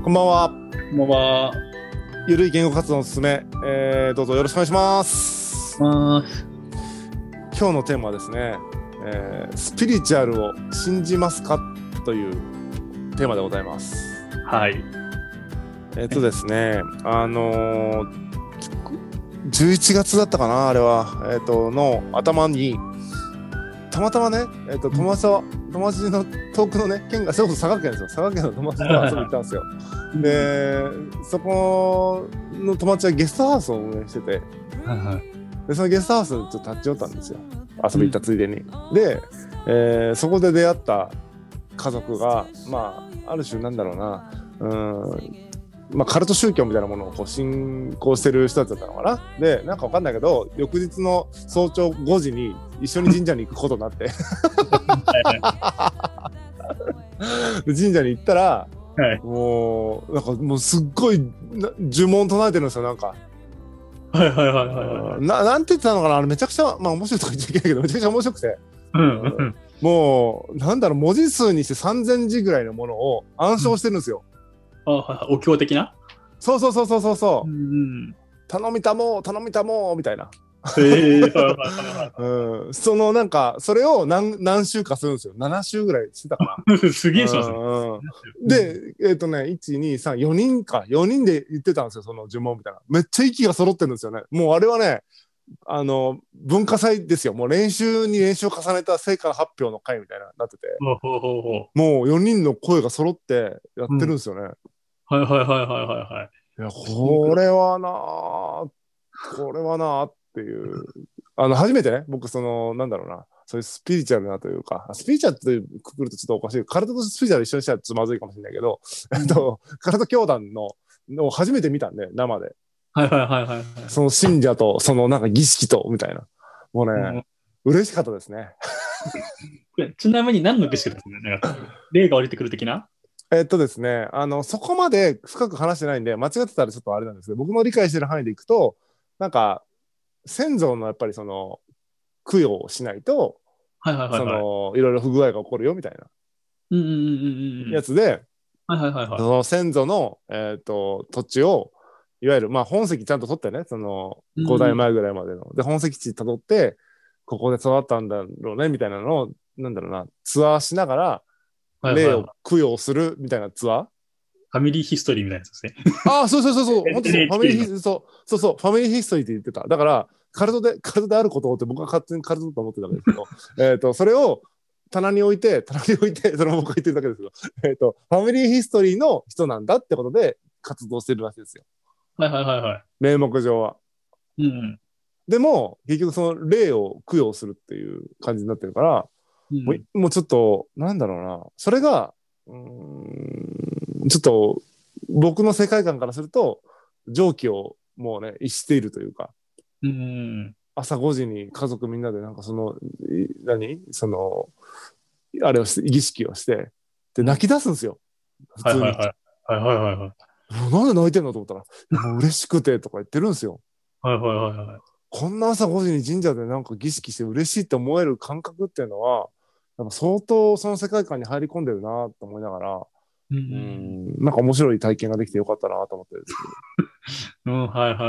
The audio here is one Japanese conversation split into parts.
こんばんは。 こんばんは。 ゆるい言語活動のおすすめ、どうぞよろしくお願いします。今日のテーマはですね、スピリチュアルを信じますかというテーマでございます。 はい。 ですね、11月だったかな、あれは、の頭にたまたまね、友達の遠くのね県がそれこそ佐賀県ですよ。佐賀県の友達と遊びに行ったんですよ。で、そこの友達はゲストハウスを運営してて、でそのゲストハウスにちょっと立ち寄ったんですよ。遊びに行ったついでに。で、そこで出会った家族が、まあある種なんだろうな、まあ、カルト宗教みたいなものをこう信仰してる人たちだったのかな。で、なんかわかんないけど、翌日の早朝5時に一緒に神社に行くことになって神社に行ったら、はい、もうなんかもうすっごい呪文唱えてるんですよ。なんかなんて言ってたのかな、あれめちゃくちゃ、まあ面白いとか言っちゃいけないけどめちゃくちゃ面白くて、もうなんだろう、文字数にして3000字ぐらいのものを暗唱してるんですよ。 お経的な？ そう、頼みたもみたいな。そのなんかそれを何週かするんですよ。7週ぐらいしてたかな。 すげえしますね。 で1,2,3,4人で言ってたんですよ、その呪文みたいな。めっちゃ息が揃ってるんですよね。もうあれはね、文化祭ですよ。もう練習に練習を重ねた成果発表の会みたいななってて、もう4人の声が揃ってやってるんですよね。いや、これはなっていう、初めてね、僕なんだろうな、そういうスピリチュアルなというか、スピリチュアルとくくるとちょっとおかしい、体とスピリチュアル一緒にしたらちょっとまずいかもしれないけど、体教団の初めて見たんで、生で。その信者とそのなんか儀式とみたいな、もうね、嬉しかったですね。 ちなみに何の儀式ですね。霊が降りてくる的な？ ですね、そこまで深く話してないんで間違ってたらちょっとあれなんですけど、僕の理解してる範囲でいくと、なんか先祖のやっぱりその供養をしないと、いろいろ不具合が起こるよみたいなやつで、その先祖の、土地をいわゆる、まあ、本籍ちゃんと取ってね、その5代前ぐらいまでの、で本籍地たどってここで育ったんだろうねみたいなのを、なんだろうな、ツアーしながら霊を供養するみたいなツアー、 ファミリーヒストリーみたいなやつですね。 ああ、そう、本当そう、ファミリーヒストリーって言ってた。だからカルトであることって僕は勝手にカルトだと思ってたんですけど、それを棚に置いて、それも僕が言ってるだけですけど、ファミリーヒストリーの人なんだってことで活動してるらしいですよ。名目上は。でも結局その霊を供養するっていう感じになってるから、もうちょっとなんだろうな、それがちょっと僕の世界観からすると常軌をもうね逸しているというか、朝5時に家族みんなでなんかそのあれをして儀式をしてで泣き出すんですよ、普通に。なんで泣いてんのと思ったら、もう嬉しくてとか言ってるんですよ。こんな朝5時に神社でなんか儀式して嬉しいって思える感覚っていうのは、なんか相当その世界観に入り込んでるなと思いながら、なんか面白い体験ができてよかったなと思ってるんですけど。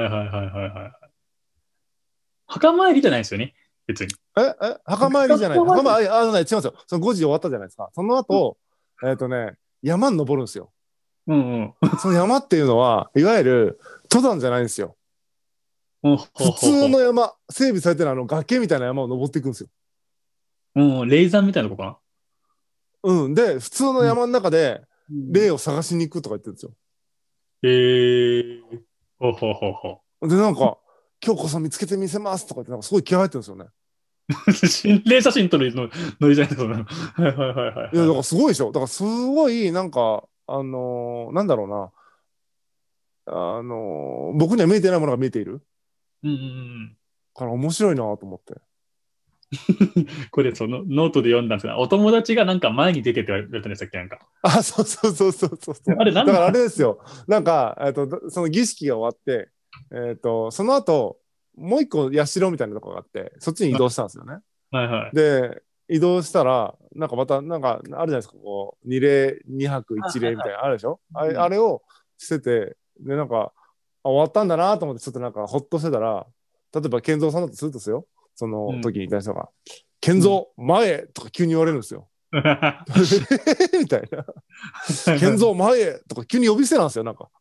墓参りじゃないですよね、別に。 墓参りじゃない。違いますよ。その5時終わったじゃないですか。その後、山に登るんですよ。その山っていうのは、いわゆる登山じゃないんですよ。普通の山、整備されてる崖みたいな山を登っていくんですよ。 霊山みたいなとこかな。で、普通の山の中で霊を探しに行くとか言ってるんですよ。で、なんか、今日こそ見つけてみせますとか言って、なんかすごい気合入ってるんですよね。 心霊写真撮るのりじゃないですか。いや、だからすごいでしょ。だからすごい、なんか、なんだろうな。僕には見えてないものが見えている。から面白いなと思って。 これそのノートで読んだんですが、お友達がなんか前に出てって言われたんでしたっけ、なんか。 あ、そう。あれだからあれですよ。なんか、その儀式が終わって、その後、もう一個社みたいなところがあって、そっちに移動したんですよね。で、 移動したら、なんかまた、なんかあるじゃないですか、こう、2例、2泊1例みたいな、あるでしょ、あれをしてて、で、なんか、終わったんだなと思って、ちょっとなんか、ほっとしてたら、例えば、健三さんだとするとですよ、その時にいた人が、健三、前へとか急に言われるんですよ。みたいな。健三、前へとか急に呼び捨てなんですよ、なんか。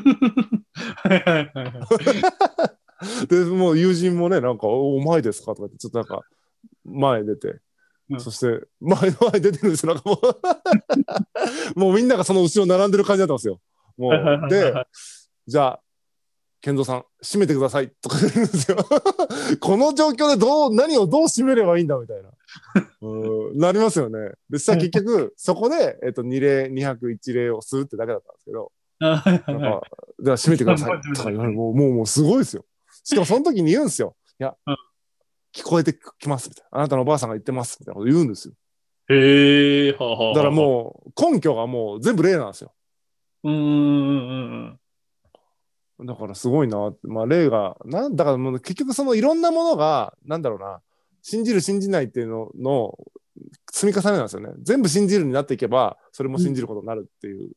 で、もう友人もね、なんか、お前ですかとかって、ちょっとなんか、前出て、そして、前出てるんですよ。なんかもうもうみんながその後ろ並んでる感じだったんですよ。もう、で、じゃあ、健三さん、締めてくださいとか言うんですよ。この状況で何をどう締めればいいんだみたいな。なりますよね。で、したら結局、そこで、2例、2泊1例をするってだけだったんですけど、なんか、では締めてくださいとか言われる、もうすごいですよ。しかもその時に言うんですよ。いや、聞こえてきますみたいな。あなたのおばあさんが言ってますみたいなこと言うんですよ。 へえ、はあはあだからはあ。 もう根拠がもう全部例なんですよ。だからすごいなって、まあ例が、だからもう結局そのいろんなものが、なんだろうな、信じる信じないっていうの積み重ねなんですよね。全部信じるになっていけば、それも信じることになるっていう、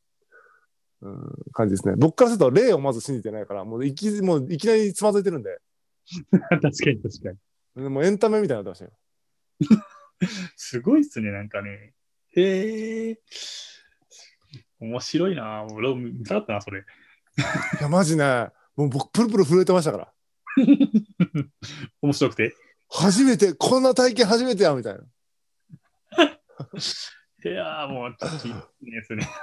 感じですね。僕からすると例をまず信じてないから、もういきなりつまずいてるんで。 確かに確かに。 もうエンタメみたいになってましたよ。すごいっすね、なんかね。へえ。面白いな。俺も見たかったな、それ。 いや、マジね、もう僕、プルプル震えてましたから。 面白くて。 初めて、こんな体験初めてや、みたいな。 いやー、もうちょっといいですね。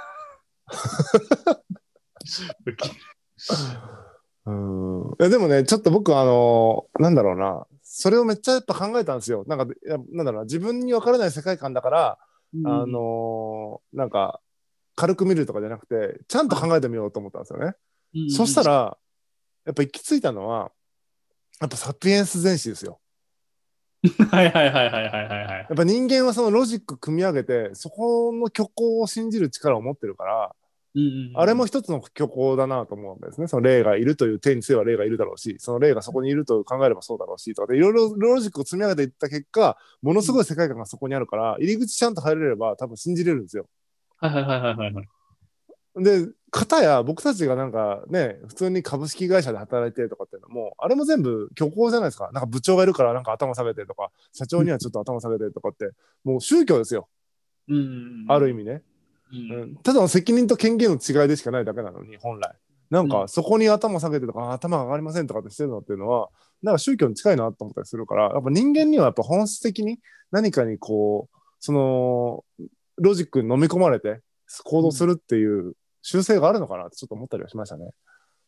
でもね、ちょっと僕、なんだろうな、それをめっちゃやっぱ考えたんですよ。なんか、なんだろうな、自分に分からない世界観だから、なんか、軽く見るとかじゃなくて、ちゃんと考えてみようと思ったんですよね。そしたら、やっぱ行き着いたのは、やっぱサピエンス全史ですよ。 はいはいはいはいはいはい。 やっぱ人間はそのロジック組み上げて、そこの虚構を信じる力を持ってるから、あれも一つの虚構だなと思うんですね。その霊がいるという点にすれば霊がいるだろうし、その霊がそこにいると考えればそうだろうしとかで、いろいろロジックを積み上げていった結果、ものすごい世界観がそこにあるから、入り口ちゃんと入れれば多分信じれるんですよ。 はいはいはいはいはい。 で、片や僕たちがなんかね、普通に株式会社で働いてとかっていうのも、あれも全部虚構じゃないですか。なんか部長がいるからなんか頭下げてとか、社長にはちょっと頭下げてとかって、もう宗教ですよ。ある意味ね。ただの責任と権限の違いでしかないだけなのに、本来。なんか、そこに頭下げてとか、頭が上がりませんとかってしてるのっていうのは、なんか宗教に近いなと思ったりするから、やっぱ人間にはやっぱ本質的に何かにこう、その、ロジックに飲み込まれて行動するっていう習性があるのかなってちょっと思ったりはしましたね。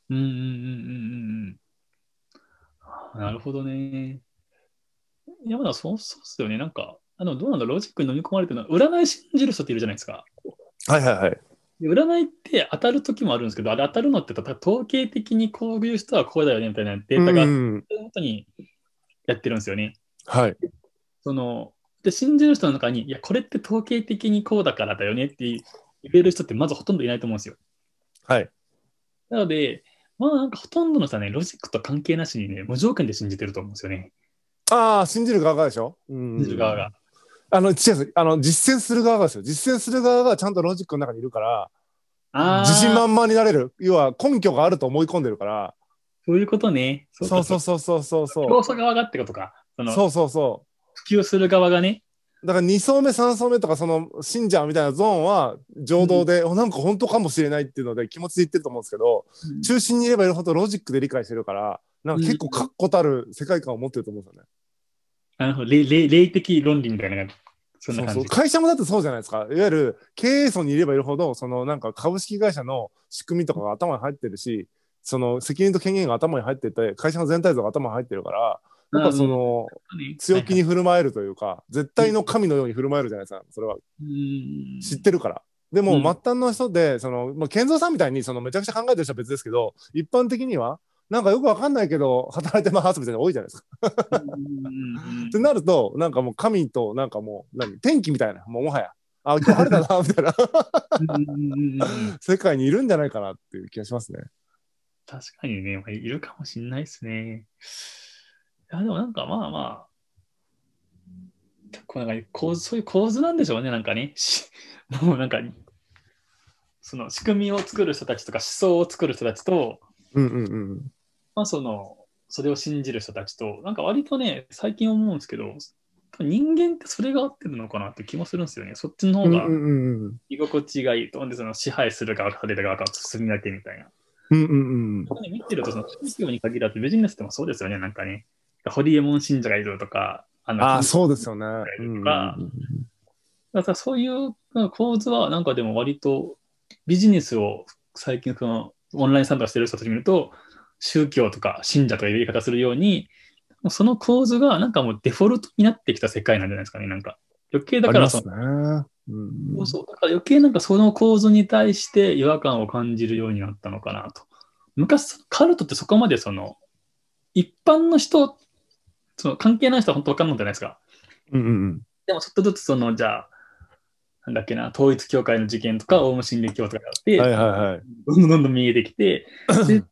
なるほどね。いや、まだそうっすよね。なんか、どうなんだ、ロジックに飲み込まれてるのは、占い信じる人っているじゃないですか。 はいはいはい。 で占いって当たる時もあるんですけど、あれ当たるのって統計的にこういう人はこうだよねみたいなデータがあって、そのことにやってるんですよね。 はい。 で、信じる人の中に、いや、これって統計的にこうだからだよねって言える人ってまずほとんどいないと思うんですよ。 はい。 なので、まあなんかほとんどの人はね、ロジックと関係なしにね、無条件で信じてると思うんですよね。 ああ、信じる側がでしょ。 信じる側が。 違う、実践する側がですよ。実践する側がちゃんとロジックの中にいるから、自信ああ、 満々になれる。要は根拠があると思い込んでるから、 そういうことね。そうか、そう。教祖側がってことか。普及する側がね。 だから2層目、3層目とか、その信者みたいなゾーンは情動で、なんか本当かもしれないっていうので気持ちで言ってると思うんですけど、中心にいればいるほどロジックで理解してるから、なんか結構確固たる世界観を持ってると思うんですよね。 なるほど。霊的論理みたいな、そんな感じ。 会社もだってそうじゃないですか。いわゆる経営層にいればいるほど、そのなんか株式会社の仕組みとかが頭に入ってるし、その責任と権限が頭に入ってて、会社の全体像が頭に入ってるから、やっぱその、強気に振る舞えるというか、絶対の神のように振る舞えるじゃないですか、それは。知ってるから。でも、末端の人で、健三さんみたいに、めちゃくちゃ考えてる人は別ですけど、一般的には、なんかよくわかんないけど、働いてますみたいなの多いじゃないですか。ってなると、なんかもう神と、なんかもう、天気みたいな、もうもはや、あ、今日晴れたな、みたいな世界にいるんじゃないかなっていう気がしますね。 確かにね、いるかもしれないですね。いや、でもなんかまあまあ、 こうなんかそういう構図なんでしょうね、なんかね。もうなんか、その仕組みを作る人たちとか思想を作る人たちと、 うんうんうん。 まあそれを信じる人たちと、なんか割とね、最近思うんですけど、人間ってそれが合ってるのかなって気もするんですよね。そっちの方がうんうんうんうん。 居心地がいいと。で、その支配する側かされる側か進み分けみたいな。 うんうんうん。 見てると、その宗教に限らずビジネスでもそうですよね、なんかね。ホリエモン信者がいるとか、 ああ、 キムタクそうですよね。 がいうんうんうんるとか、だからそういう構図は、なんかでも割とビジネスを最近オンラインサンダーしてる人たち見ると、宗教とか信者とかいう言い方するように、その構図がなんかもうデフォルトになってきた世界なんじゃないですかね。なんか余計だからありますね。うんそうだから余計なんかその構図に対して違和感を感じるようになったのかなと。昔、カルトってそこまで一般の人、関係ない人は本当わかんないじゃないですか。 うんうんうん。 でもちょっとずつじゃあ、なんだっけな、統一教会の事件とか、オウム真理教とかがあって、 はいはいはい。 どんどん見えてきて、で、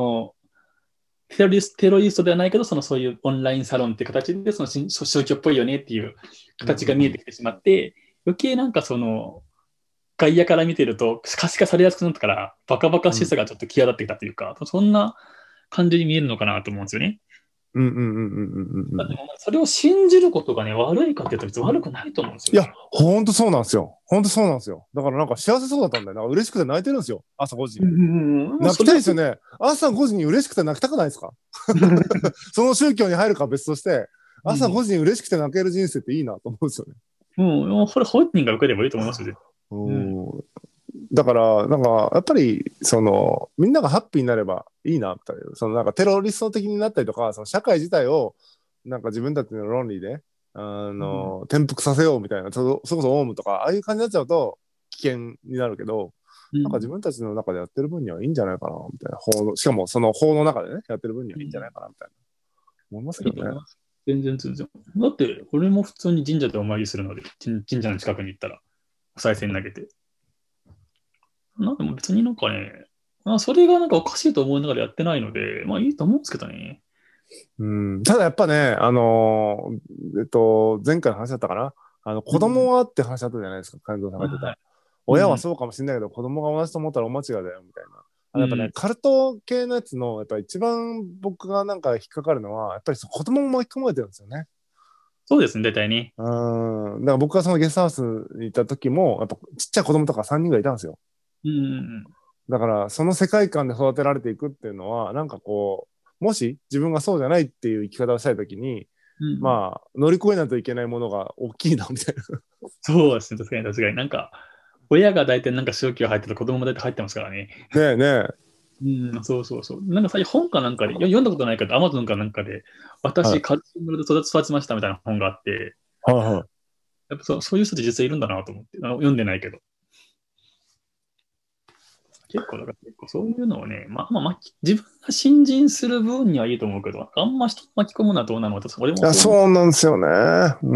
テロリストではないけど、そういうオンラインサロンっていう形で、宗教っぽいよねっていう形が見えてきてしまって、余計なんか外野から見てると可視化されやすくなったから、バカバカしさがちょっと際立ってきたというか、そんな感じに見えるのかなと思うんですよね。 うんうんうんうんうんうんうん。 それを信じることがね、悪いかっていうと別に悪くないと思うんですいや、 よね。 ほんとそうなんですよ。ほんとそうなんですよ。だからなんか幸せそうだったんだよ。なんか嬉しくて泣いてるんですよ。朝5時に。泣きそれは、 たいですよね。朝5時に嬉しくて泣きたくないですか？その宗教に入るかは別として、朝5時に嬉しくて泣ける人生っていいなと思うんですよね。 もうこれ本人が受ければいいと思いますよ。うん。 うん。だから、なんか、やっぱり、みんながハッピーになればいいな、みたいな。なんかテロリスト的になったりとか、社会自体を、なんか自分たちの論理で、転覆させようみたいな、それこそオウムとか、ああいう感じになっちゃうと危険になるけど、なんか自分たちの中でやってる分にはいいんじゃないかな、みたいな。しかもその法の中でね、やってる分にはいいんじゃないかな、みたいな。思いますけどね。 全然通常。だって、俺も普通に神社でお参りするので、神社の近くに行ったら、お賽銭投げて。なんでも別になんかね、それがなんかおかしいと思いながらやってないので、まあいいと思うんですけどね。 うん、ただやっぱね、前回の話だったかな。子供はって話あったじゃないですか、感動さんが言ってた。 はい。うん。 親はそうかもしれないけど、子供が同じと思ったら大間違いだよ、みたいな。やっぱね、カルト系のやつの、やっぱり一番僕がなんか引っかかるのは、やっぱり子供も巻き込まれてるんですよね。 そうですね、大体に。 だから僕がそのゲストハウスにいた時も、やっぱちっちゃい子供とか3人ぐらいいたんですよ。 うん。 だから、その世界観で育てられていくっていうのは、なんかこう、もし自分がそうじゃないっていう生き方をしたい時に、 うん。 まあ、乗り越えないといけないものが大きいな、みたいな。 そうですね、確かに確かに。なんか、親が大体なんか宗教入ってた子供も大体入ってますからね。 ねえねえ。 うん、そうそうそう。なんか最近本かなんかで、読んだことないけど、アマゾンかなんかで、私、 はい。 カルチングルで育ちましたみたいな本があって、 はいはい。 やっぱそういう人って実際いるんだなと思って、読んでないけど。結構そういうのをね、自分が信心する分にはいいと思うけど、あんま人を巻き込むのはどうなのと、俺いや、 もそう思う。 そうなんですよね。うん。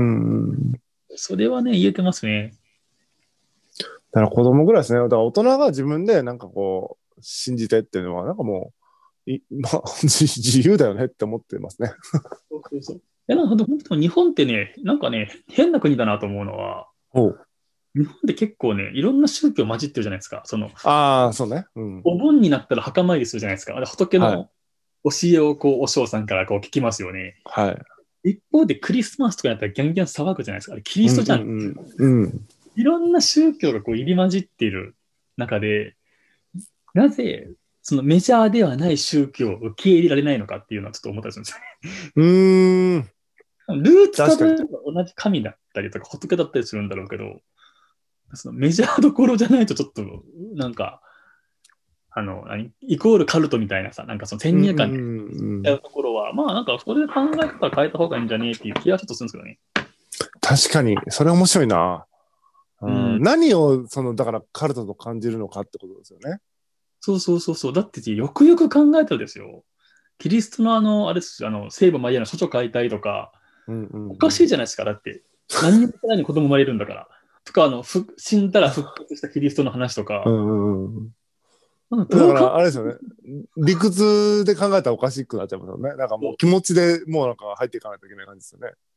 それはね、言えてますね。 だから子供ぐらいですね。だから大人が自分でなんかこう、信じてっていうのは、なんかもう、まあ、自由だよねって思ってますね。 そうそうそう。なんか本当日本ってね、なんかね、変な国だなと思うのは、 ほう。 日本って結構ね、いろんな宗教混じってるじゃないですか。 ああ、そうね。うん。 お盆になったら墓参りするじゃないですか。仏はい。 の教えをお嬢さんから聞きますよね。 はい。 一方でクリスマスとかになったらギャンギャン騒ぐじゃないですか。あれキリうんうストじゃん。 んうん。うん。 いろんな宗教が入り混じっている中で、なぜそのメジャーではない宗教を受け入れられないのかっていうのはちょっと思ったりするんですうーん。 よね。ルーツた確かに。 どれば同じ神だったりとか仏だったりするんだろうけど、そのメジャーどころじゃないとちょっとなんか、イコールカルトみたいなさ、なんかその先うんう入観でんうんうん。 やるところは、なんかそれで考え方変えた方がいいんじゃねえっていう気がちょっとするんですけどね。 確かに、それ面白いな。ううん。 ん、何を、だからカルトと感じるのかってことですよね。 そうそうそうそう。だってよくよく考えたらですよ。キリストのあれですよ、聖母マリアの処女解体とか、 うんうんおかしうん。 いじゃないですか。だって、何にもしてないに子供生まれるんだから。とか、死んだら復活したキリストの話とか、 うんうんうん。だかどう考ら、あれですよね。理屈で考えたらおかしくなっちゃいますよね。なんかもう気持ちでもうなんか入っていかないといけない感じですよね。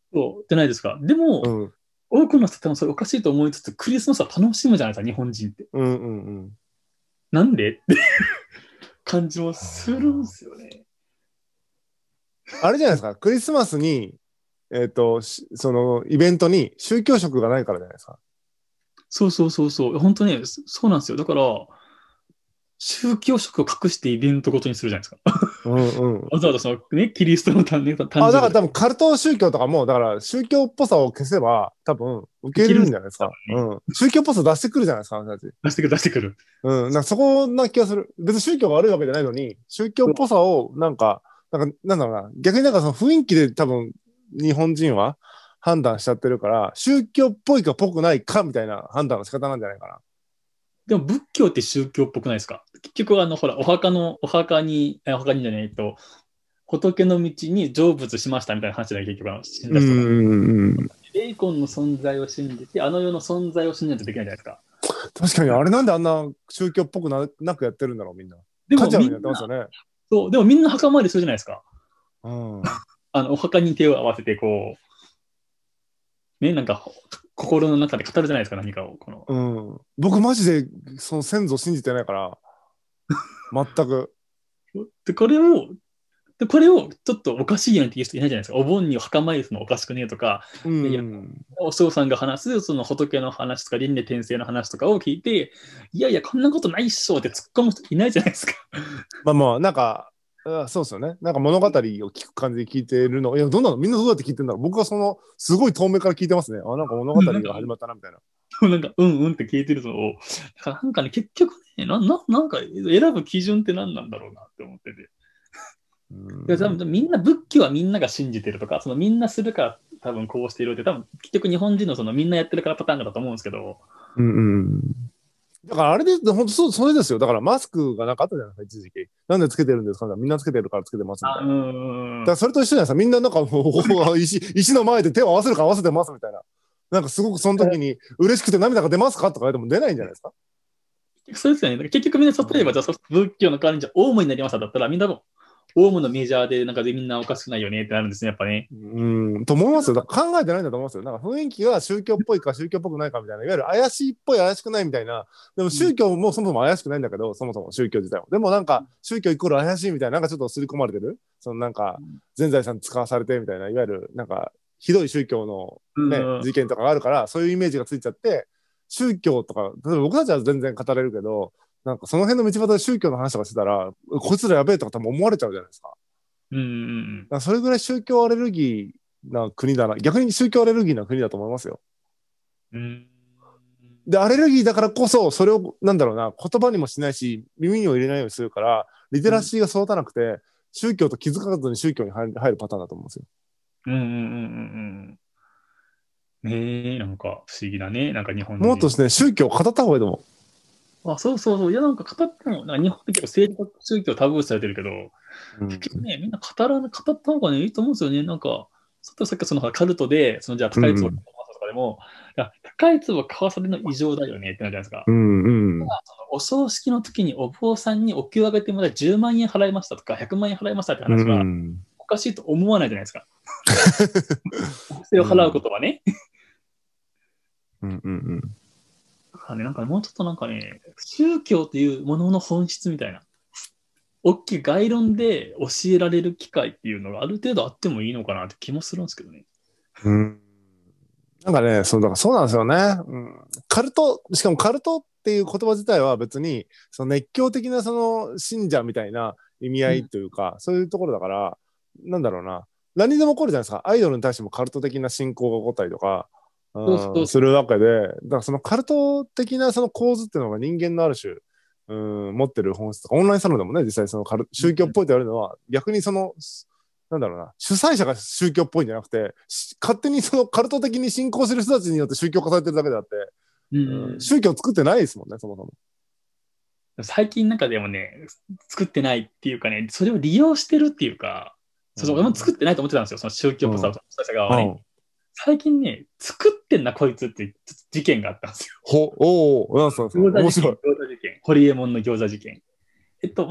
そうじゃないですか。でも、 うん。 多くの人ってそれおかしいと思いつつ、クリスマスは楽しむじゃないですか、日本人って。 うんうんうん。 なんでって感じもするんですよね。 あれじゃないですか、クリスマスに、そのイベントに宗教色がないからじゃないですか。 そうそうそうそう。本当ね、そうなんですよ。だから、宗教色を隠してイベントごとにするじゃないですか。 うんうん。 わざわざそのね、キリストの誕あ、だ生日とかから多分カルト宗教とかも、だから宗教っぽさを消せば、多分受け入れいけるんですよ。 るんじゃないですか。 多分ね。 うん。宗教っぽさ出してくるじゃないですか、あの人たち。 出してくる、出してくる。 うん。なんかそこな気がする。別に宗教が悪いわけじゃないのに、宗教っぽさをなんだろうな。逆になんかその雰囲気で多分日本人は判断しちゃってるから、宗教っぽいかぽくないかみたいな判断の仕方なんじゃないかな。 でも仏教って宗教っぽくないですか？結局、ほら、お墓にじゃない仏の道に成仏しましたみたいな話だよ、結局死んうだ人が。 ん。 霊魂の存在を信じて、あの世の存在を信じないとできないじゃないですか。 確かに、あれなんであんな宗教っぽくなくやってるんだろう、みんな。 でカジュアルにやっもみんな、 てますよね。 でもみんな墓参りするじゃないですか。 うん。 お墓に手を合わせて、こう、ね、なんか、心の中で語るじゃないですか、何かを。 うん。僕マジでその先祖信じてないから、全く。 で、これをちょっとおかしいよねって言う人いないじゃないですか。お盆に墓参りするのおかしくねえとか、 ういやいや、 ん。 お父さんが話すその仏の話とか輪廻転生の話とかを聞いて、いやいや、こんなことないっしょって突っ込む人いないじゃないですか。 まあまあ、なんか、そうですよね。なんか物語を聞く感じで聞いてるの。いや、どんなのみんなどうやって聞いてんだろう。僕はすごい遠目から聞いてますね。あ、なんか物語なんか、 が始まったな、みたいな。 なんか、うんうんって聞いてるのを、だからなんかね、結局ね、なんか選ぶ基準って何なんだろうなって思ってて。 ういや、多ん。 分みんな、仏教はみんなが信じてるとか、そのみんなするから多分こうしているって、多分結局日本人のそのみんなやってるからパターンだと思うんですけど、 うんうん。だからあれで、本当それですよ。だからマスクがなんかあったじゃないですか、一時期。なんでつけてるんですかみんなつけてるからつけてますみたいな。だからそれと一緒じゃないですか。みんななんかもう石の前で手を合わせるか合わせてますみたいな。なんかすごくその時に嬉しくて涙が出ますかとか言われても出ないんじゃないですか。 そうですよね。結局みんな、例えば、じゃあ仏教の代わりにじゃあオウムになりましただったら、みんなもオウムのメジャーで、なんかでみんなおかしくないよねってなるんですね、やっぱね。 と思いますよ。だから考えてないんだと思いますよ。なんか雰囲気が宗教っぽいか宗教っぽくないかみたいな、いわゆる怪しいっぽい怪しくないみたいな。でも宗教もそもそも怪しくないんだけど、そもそも宗教自体も。でもなんか宗教イコール怪しいみたいな、なんかちょっと刷り込まれてる。そのなんか全財産使わされてみたいな、いわゆるなんかひどい宗教のね、事件とかがあるから、そういうイメージがついちゃって、宗教とか、例えば僕たちは全然語れるけど、なんかその辺の道端で宗教の話とかしてたら、こいつらやべえとか多分思われちゃうじゃないですか。 うんうんだからそれぐらい宗教アレルギーな国だな。逆に宗教アレルギーな国だと思いますよ。 うん。 で、アレルギーだからこそ、それを、なんだろうな、言葉にもしないし、耳にも入れないようにするから、リテラシーが育たなくて、宗教と気づかずに宗教に入るパターンだと思うんですよ。 うんうんうんうんうん。ねえ、なんか不思議だね。なんか日本人。 もっとですね、宗教を語った方がいいと思あ、そうそうそう。いや、なんか語っても、なんか日本って結構政治宗教タブー視されてるけど、 う。うん。 結局ね、みんな語った方がね、いいと思うんですよね。なんか、さっきそのカルトで、じゃあ高い壺を買うん。 わさとかでも、いや、高い壺を買わされるの異常だよねってなるじゃないですか。 うん。うん。 そのお葬式の時にお坊さんにお経をあげてもらい10万円払いましたとか100万円払いましたってう話はん。 おかしいと思わないじゃないですか。お布施を払うことはね。 うん。うん。 だからね、なんかもうちょっとなんかね、宗教というものの本質みたいな、大きい概論で教えられる機会っていうのがある程度あってもいいのかなって気もするんですけどね。 うん。なんかね、だからそうなんですよね。うん。しかもカルトっていう言葉自体は別に、その熱狂的なその信者みたいな意味合いというか、そういうところだから、なんだろうな。何にでも起こるじゃないですか。アイドルに対してもカルト的な信仰が起こったりとか、 そうそうするわけで、だからそのカルト的なその構図っていうのが人間のある種、持ってる本質とか、オンラインサロンでもね、実際その宗教っぽいと言われるのは、逆にその、なんだろうな、主催者が宗教っぽいんじゃなくて、勝手にそのカルト的に信仰してる人たちによって宗教化されてるだけであって、宗教作ってないですもんね、そもそも。 最近なんかでもね、作ってないっていうかね、それを利用してるっていうか、俺も作ってないと思ってたんですよ、その宗教っぽさを主催者側はね。最近ね、作ってんな、こいつって事件があったんですよ。 なんすか、面白い。 餃子事件。ホリエモンの餃子事件。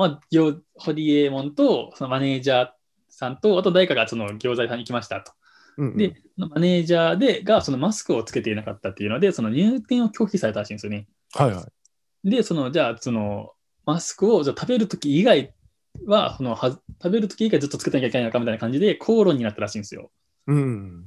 ホリエモンとそのマネージャーさんと、あと誰かがその餃子屋さんに行きましたと。 うんうん、 で、マネージャーがそのマスクをつけていなかったっていうので、その入店を拒否されたらしいんですよね。 はいはい。 で、じゃあ、マスクをじゃあ食べるとき以外は、食べるとき以外ずっとつけなきゃいけないのかみたいな感じで口論になったらしいんですよ。 うん。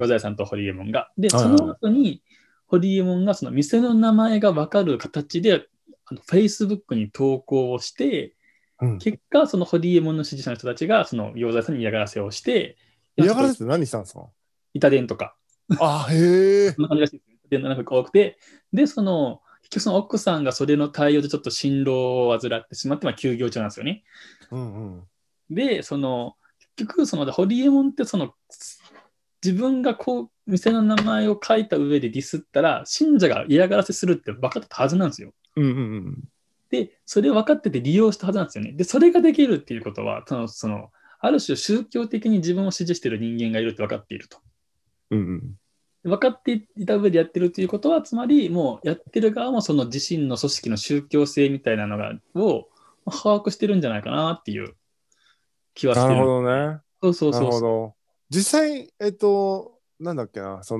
ロザエさんとホリエモンが。で、そのはいはい。 後に、ホリエモンがその店の名前がわかる形で、Facebook に投稿をして、 うん。 結果、そのホリエモンの支持者の人たちが、そのヨザエさんに嫌がらせをして、ちょっと嫌がらせって何したんですか？ 痛電とか、 あ、へえ。 そんな感じらしいです。で、なんか多くて、で、結局その奥さんがそれの対応でちょっと心労を患ってしまって、休業中なんですよね。 うんうん。 で、結局、ホリエモンって自分が店の名前を書いた上でディスったら、信者が嫌がらせするって分かってたはずなんですよ。 うんうんうん。 で、それを分かってて利用したはずなんですよね。で、それができるっていうことは、ある種宗教的に自分を支持している人間がいるって分かっていると。 うんうん。 分かっていた上でやってるということは、つまりもうやってる側もその自身の組織の宗教性みたいなのを把握してるんじゃないかなっていう気はしなるほてる。 どね。 そうそうなるそうそほど。実際、なんだっけな、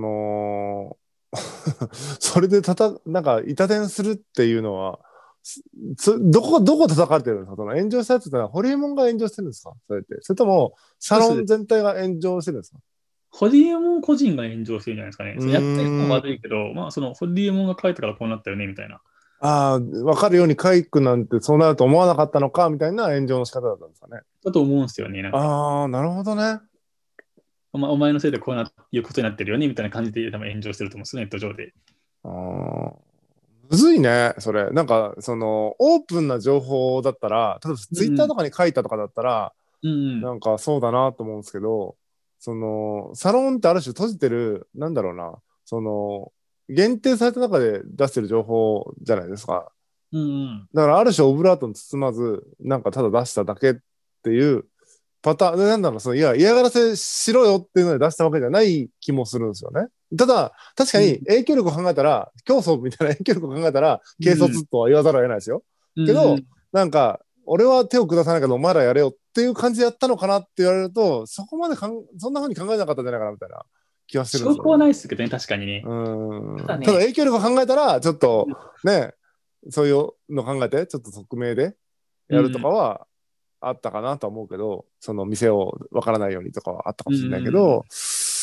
それでなんか、痛電するっていうのは、どこ叩かれてるんですか？その炎上したやつってのは、ホリエモンが炎上してるんですか？それって。それとも、サう。そうです。 ロン全体が炎上してるんですか？ ホリエモン個人が炎上してるんじゃないですかね。 うやった人もーん。 悪いけど、ホリエモンが書いたからこうなったよね、みたいな。 ああ、わかるようにカイ君なんてそうなると思わなかったのか、みたいな炎上の仕方だったんですかね。 だと思うんですよね。なんか、 ああ、なるほどね。 お前のせいでいうことになってるよね、みたいな感じで多分炎上してると思うんですよ、ネット上で。 ああ。むずいね、それ。なんか、オープンな情報だったら、例えばツイッターうん、 とかに書いたとかだったら、 うん、 なんかそうだなと思うんですけど、サロンってある種閉じてる、なんだろうな、限定された中で出してる情報じゃないですか。 うん、うん。 だからある種オブラートに包まず、なんかただ出しただけっていうパターン、なんだろう、嫌がらせしろよっていうので出したわけじゃない気もするんですよね。ただ、確かにうん、 影響力を考えたら、競争みたいな影響力を考えたら、軽うん、 率とは言わざるを得ないですよ。 うん、 けど、なんか、俺は手を下さないけど、お前らやれよっていう感じでやったのかなって言われると、そこまでそんな風に考えなかったんじゃないかなみたいな気はしてるんで証拠はすよね。 ないですけどね、確かにね。 ただただね、 影響力を考えたら、ちょっとね、そういうの考えて、ちょっと匿名でやるとかうん、 はあったかなとは思うけど、その店をわからないようにとかはあったかうもしれないけど、 ん、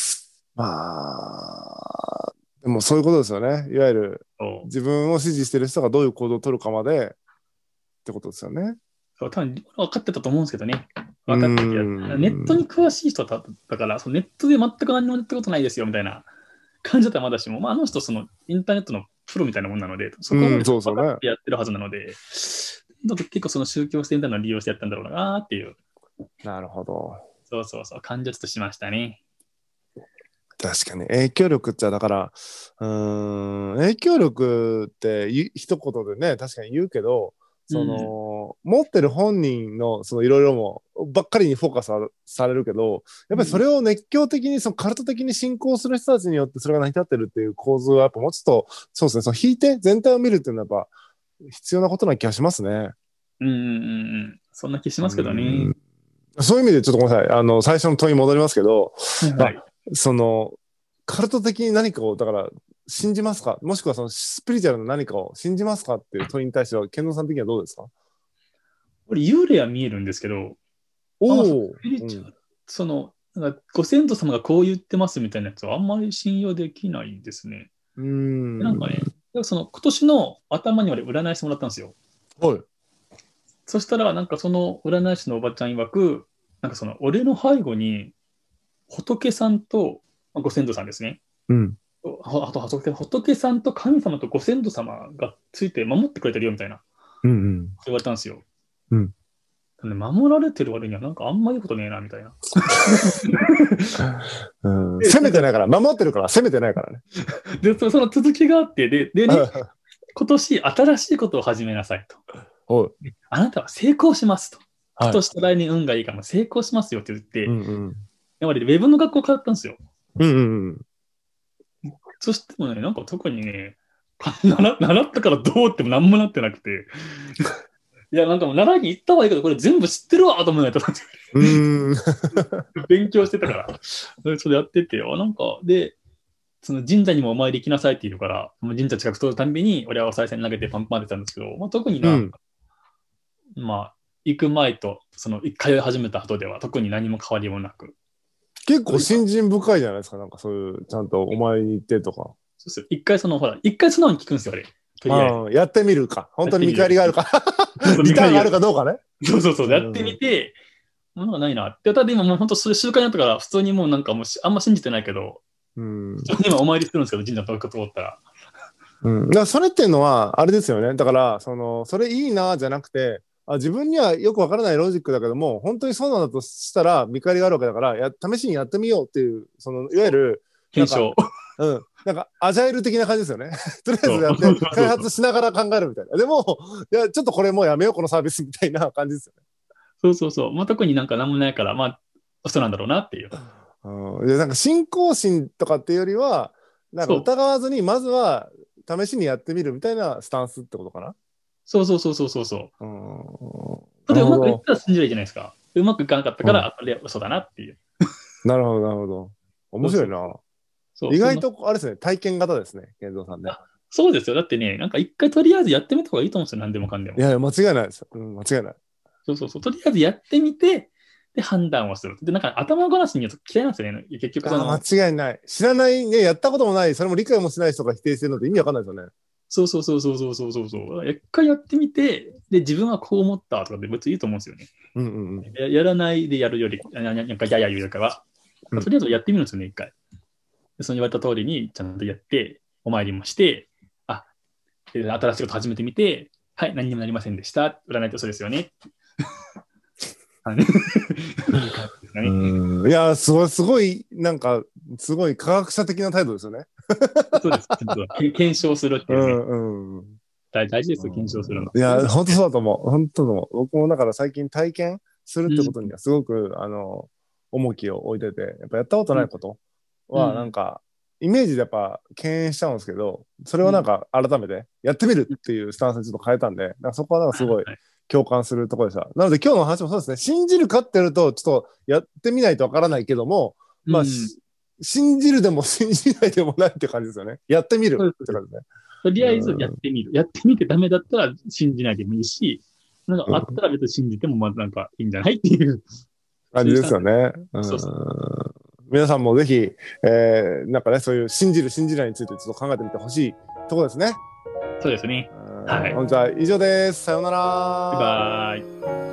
まあ、でもそういうことですよね。いわゆるそう自分を支持してる人がどういう行動を取るかまでってことですよね。 そう、多分分かってたと思うんですけどね。 うー分かってて、ネットん。 に詳しい人だから、ネットで全く何もやったことないですよみたいな感じだったらまだしも、あの人、インターネットのプロみたいなもんなので、そこまうん、 で分かっそうですよね。 てやってるはずなので、だと結構その宗教性みたいなのを利用してやったんだろうなっていう、 なるほど。 そうそうそう、感じはちょっとしましたね。 確かに影響力っちゃだから影響力って一言でね確かに言うけどうん、 持ってる本人のいろいろもばっかりにフォーカスされるけどやっぱりそうん、 れを熱狂的にカルト的に信仰する人たちによってそれが成り立ってるっていう構図はやっぱもうちょっとそうですね引いて全体を見るっていうのはやっぱ必要なことな気がしますね。 うん、うん、うん、そんな気しうますけどね。 んそういう意味でちょっとごめんなさい最初の問いに戻りますけど、まあ、 はいはい。 そのカルト的に何かをだから信じますかもしくはそのスピリチュアルな何かを信じますかっていう問いに対しては健三さん的にはどうですか？ これ幽霊は見えるんですけど、スおおピリー、うん、 チュアル、なんかご先祖様がこう言ってますみたいなやつはあんまり信用できないですね。 うーん、 なんかね、今年の頭に俺占いしてもらったんですよ。 はい、 そしたら、なんかその占い師のおばちゃん曰く、なんか俺の背後に仏さんと、ご先祖さんですね。 うん、 あと仏さんと神様とご先祖様がついて守ってくれてるよみたいなうん、 言われたんですよ。 うん、 守られてる割にはなんかあんまいいことねえなみたいな。 うん、 で、 攻めてないから、守ってるから攻めてないからね。 その続きがあって、でね、今年新しいことを始めなさいと。 おい、 あなたは成功しますと。今はい、 年と来年運がいいから成功しますよって言って、 うん、うん、 やっぱりウェブの学校通ったんですよ。 うん、うん、 そしてもね、なんか特にね、習ったからどうっても何もなってなくて、 いや、なんかもう奈良に行ったはいいけど、これ全部知ってるわと思うやったら、勉強してたから、それやっててよ。なんか、で、その神社にもお参り行きなさいって言うから、神社近く通るたんびに、俺はお賽銭投げてパンパンってたんですけど、まあ、特にな、まあ、行く前と、通い始めた後では、特に何も変わりもなく。 結構信心深いじゃないですか。なんかそういう、ちゃんとお参りに行ってとか。 そうですよ。一回素直に聞くんですよ、あれ。とりあえず。 やってみるか。本当に見返りがあるか。リターンがあるかどうかね。 そう、やってみて、なんかないなって。ただ今もう本当それ習慣になったから、普通にもうなんかもうあんま信じてないけど、今お参りしてるんですけど、神社の遠く通ったら。 だからそれっていうのは、あれですよね。だから、それいいなじゃなくて、自分にはよくわからないロジックだけども、本当にそうなんだとしたら見返りがあるわけだから、試しにやってみようっていう、いわゆる、 検証。 なんか、アジャイル的な感じですよね。とりあえずやって、開発しながら考えるみたいな。でも、いや、ちょっとこれもうやめよう、このサービスみたいな感じですよね。そう。まあ、特になんか何もないから、まあ、そうなんだろうなっていう。 なんか、信仰心とかっていうよりは、なんか疑わずに、まずは試しにやってみるみたいなスタンスってことかな。 そう。それでうまくいったら信じないじゃないですか。うまくいかなかったから、嘘だなっていう。 なるほど。面白いな。意外と、あれですね、体験型ですね、健三さんね。 そうですよ。だってね、なんか一回とりあえずやってみた方がいいと思うんですよ、何でもかんでも。 いや、間違いないですよ。間違いない。 そう。とりあえずやってみて、で、判断をする。で、なんか頭ごなしに言うと嫌いなんですよね。結局間違いない。知らないね、やったこともない、それも理解もしない人が否定してるのって意味わかんないですよね。 そう。一回やってみて、で、自分はこう思ったとかで別にいいと思うんですよね。やらないでやるより、なんかやや言うよりかは、とりあえずやってみるんですよね、一回。で、その言われた通りにちゃんとやって、お参りもして、新しいこと始めてみて、はい、何にもなりませんでした。占いってそうですよね。 いや、すごい、なんか、すごい科学者的な態度ですよね。 そうです。検証するっていうね。大事ですよ、検証するの。 いや、本当そうだと思う。本当だと思う。僕もだから最近体験するってことにはすごく、重きを置いてて、やっぱやったことないことは、なんか、イメージでやっぱ敬遠しちゃうんですけど、それをなんか改めてやってみるっていうスタンスにちょっと変えたんで、なんかそこはなんかすごい共感するところでした。なので今日の話もそうですね、信じるかって言うと、ちょっとやってみないとわからないけども、まあ、信じるでも信じないでもないって感じですよね。やってみるって感じね。 とりあえずやってみる。やってみてダメだったら信じないでもいいし、なんかあったら別に信じてもまずなんかいいんじゃないっていう感じですよね。皆さんもぜひ、なんかね、そういう信じる信じないについてちょっと考えてみてほしいところですね。 そうですね。 はい。本日は以上です。さようなら。 バイバイ。